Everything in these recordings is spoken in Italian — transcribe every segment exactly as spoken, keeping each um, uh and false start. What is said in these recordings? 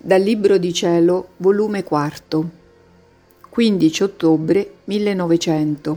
Dal Libro di Cielo, volume quarto, quindici ottobre millenovecento.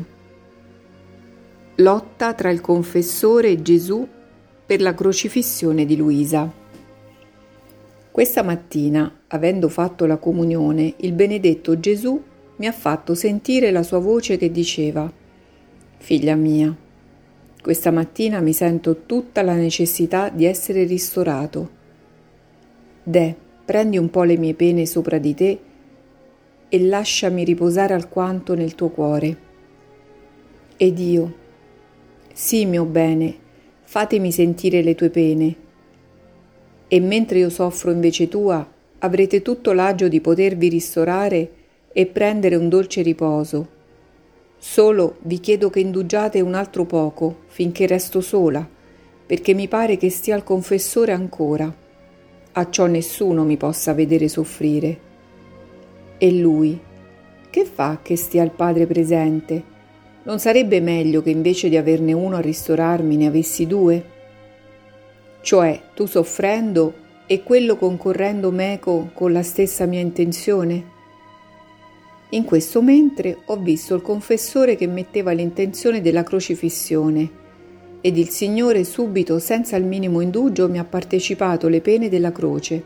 Lotta tra il confessore e Gesù per la crocifissione di Luisa. Questa mattina, avendo fatto la comunione, il benedetto Gesù mi ha fatto sentire la sua voce che diceva: «Figlia mia, questa mattina mi sento tutta la necessità di essere ristorato. Deh, prendi un po' le mie pene sopra di te e lasciami riposare alquanto nel tuo cuore». Ed io: «Sì, mio bene, fatemi sentire le tue pene. E mentre io soffro invece tua, avrete tutto l'agio di potervi ristorare e prendere un dolce riposo. Solo vi chiedo che indugiate un altro poco, finché resto sola, perché mi pare che stia il confessore ancora. Acciò nessuno mi possa vedere soffrire». E lui: «Che fa che stia il Padre presente? Non sarebbe meglio che invece di averne uno a ristorarmi ne avessi due? Cioè, tu soffrendo e quello concorrendo meco con la stessa mia intenzione?» In questo mentre ho visto il confessore che metteva l'intenzione della crocifissione, ed il Signore subito, senza il minimo indugio, mi ha partecipato le pene della croce.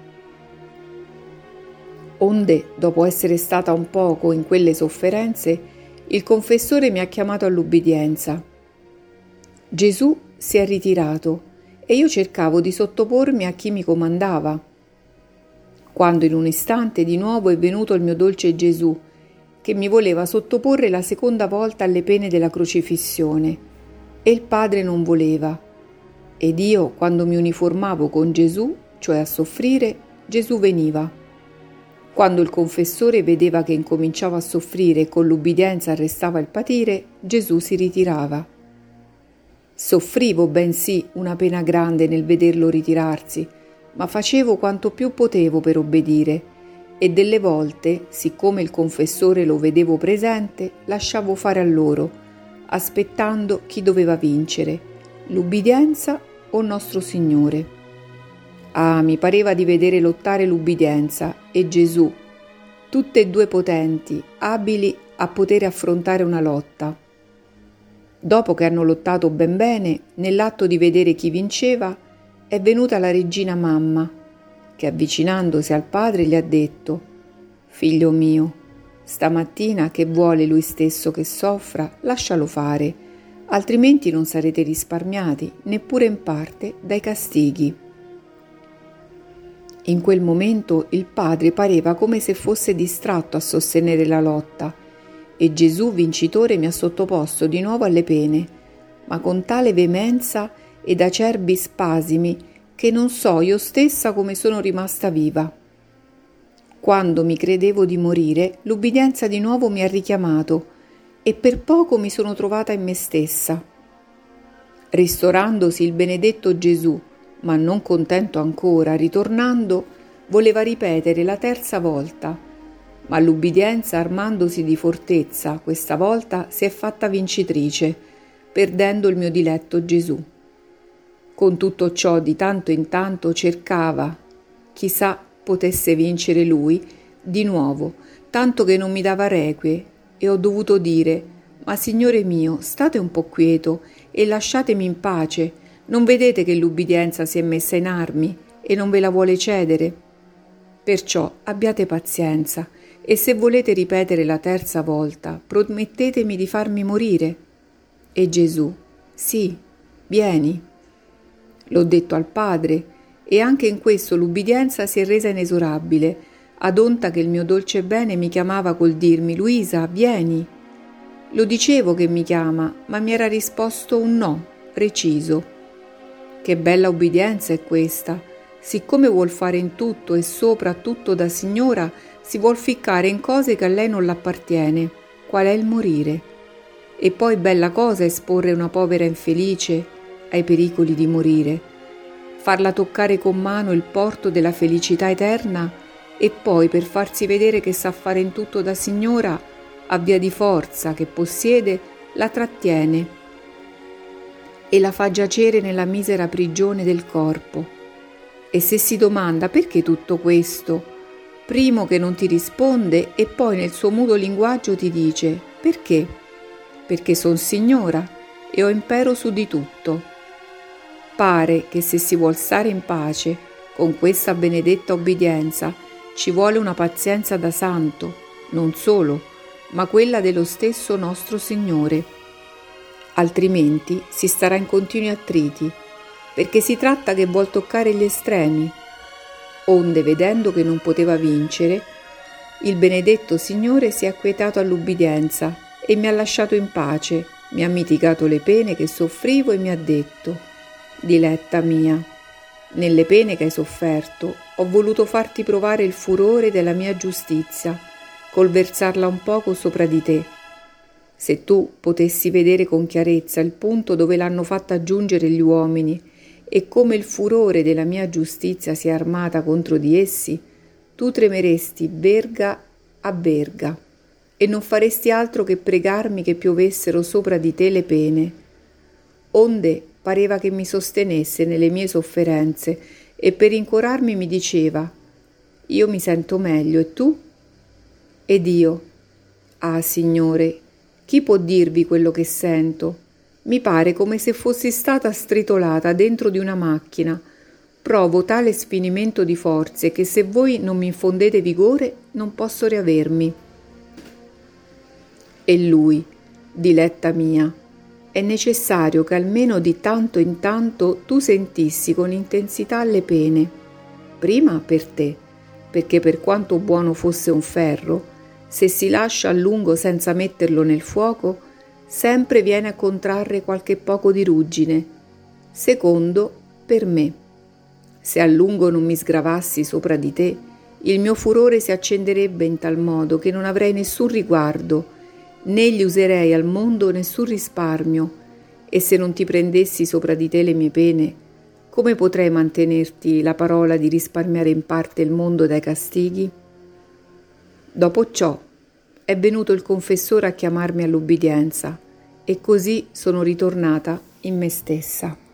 Onde, dopo essere stata un poco in quelle sofferenze, il confessore mi ha chiamato all'ubbidienza. Gesù si è ritirato e io cercavo di sottopormi a chi mi comandava, quando in un istante di nuovo è venuto il mio dolce Gesù, che mi voleva sottoporre la seconda volta alle pene della crocifissione, e il Padre non voleva. Ed io, quando mi uniformavo con Gesù, cioè a soffrire, Gesù veniva. Quando il confessore vedeva che incominciavo a soffrire e con l'ubbidienza arrestava il patire, Gesù si ritirava. Soffrivo bensì una pena grande nel vederlo ritirarsi, ma facevo quanto più potevo per obbedire, e delle volte, siccome il confessore lo vedevo presente, lasciavo fare a loro, aspettando chi doveva vincere, l'ubbidienza o nostro Signore. Ah, mi pareva di vedere lottare l'ubbidienza e Gesù, tutte e due potenti, abili a poter affrontare una lotta. Dopo che hanno lottato ben bene, nell'atto di vedere chi vinceva, è venuta la regina mamma, che avvicinandosi al padre gli ha detto: «Figlio mio, stamattina che vuole lui stesso che soffra, lascialo fare, altrimenti non sarete risparmiati, neppure in parte, dai castighi». In quel momento il padre pareva come se fosse distratto a sostenere la lotta, e Gesù vincitore mi ha sottoposto di nuovo alle pene, ma con tale veemenza ed acerbi spasimi che non so io stessa come sono rimasta viva. Quando mi credevo di morire, l'ubbidienza di nuovo mi ha richiamato e per poco mi sono trovata in me stessa. Ristorandosi il benedetto Gesù, ma non contento ancora, ritornando, voleva ripetere la terza volta, ma l'ubbidienza, armandosi di fortezza, questa volta si è fatta vincitrice, perdendo il mio diletto Gesù. Con tutto ciò, di tanto in tanto cercava, chissà potesse vincere lui, di nuovo, tanto che non mi dava requie, e ho dovuto dire: «Ma Signore mio, state un po' quieto e lasciatemi in pace, non vedete che l'ubbidienza si è messa in armi e non ve la vuole cedere? Perciò abbiate pazienza, e se volete ripetere la terza volta, promettetemi di farmi morire». E Gesù: «Sì, vieni». L'ho detto al Padre, e anche in questo l'ubbidienza si è resa inesorabile, ad onta che il mio dolce bene mi chiamava col dirmi: «Luisa, vieni». Lo dicevo che mi chiama, ma mi era risposto un no, preciso. Che bella ubbidienza è questa! Siccome vuol fare in tutto e sopra tutto da signora, si vuol ficcare in cose che a lei non l'appartiene, qual è il morire. E poi bella cosa esporre una povera infelice ai pericoli di morire, farla toccare con mano il porto della felicità eterna e poi, per farsi vedere che sa fare in tutto da signora, a via di forza che possiede, la trattiene e la fa giacere nella misera prigione del corpo. E se si domanda perché tutto questo, primo che non ti risponde e poi nel suo muto linguaggio ti dice: perché? Perché son signora e ho impero su di tutto. Pare che se si vuol stare in pace con questa benedetta obbedienza ci vuole una pazienza da santo, non solo, ma quella dello stesso nostro Signore. Altrimenti si starà in continui attriti, perché si tratta che vuol toccare gli estremi. Onde, vedendo che non poteva vincere, il benedetto Signore si è acquietato all'ubbidienza e mi ha lasciato in pace, mi ha mitigato le pene che soffrivo e mi ha detto: diletta mia, nelle pene che hai sofferto ho voluto farti provare il furore della mia giustizia, col versarla un poco sopra di te. Se tu potessi vedere con chiarezza il punto dove l'hanno fatta giungere gli uomini e come il furore della mia giustizia si è armata contro di essi, tu tremeresti verga a verga e non faresti altro che pregarmi che piovessero sopra di te le pene. Onde pareva che mi sostenesse nelle mie sofferenze e per rincuorarmi mi diceva: io mi sento meglio e tu? Ed io: ah, Signore, chi può dirvi quello che sento? Mi pare come se fossi stata stritolata dentro di una macchina. Provo tale sfinimento di forze che se voi non mi infondete vigore non posso riavermi. E lui: diletta mia, è necessario che almeno di tanto in tanto tu sentissi con intensità le pene. Prima per te, perché per quanto buono fosse un ferro, se si lascia a lungo senza metterlo nel fuoco, sempre viene a contrarre qualche poco di ruggine. Secondo, per me. Se a lungo non mi sgravassi sopra di te, il mio furore si accenderebbe in tal modo che non avrei nessun riguardo, né gli userei al mondo nessun risparmio, e se non ti prendessi sopra di te le mie pene, come potrei mantenerti la parola di risparmiare in parte il mondo dai castighi? Dopo ciò è venuto il confessore a chiamarmi all'ubbidienza, e così sono ritornata in me stessa.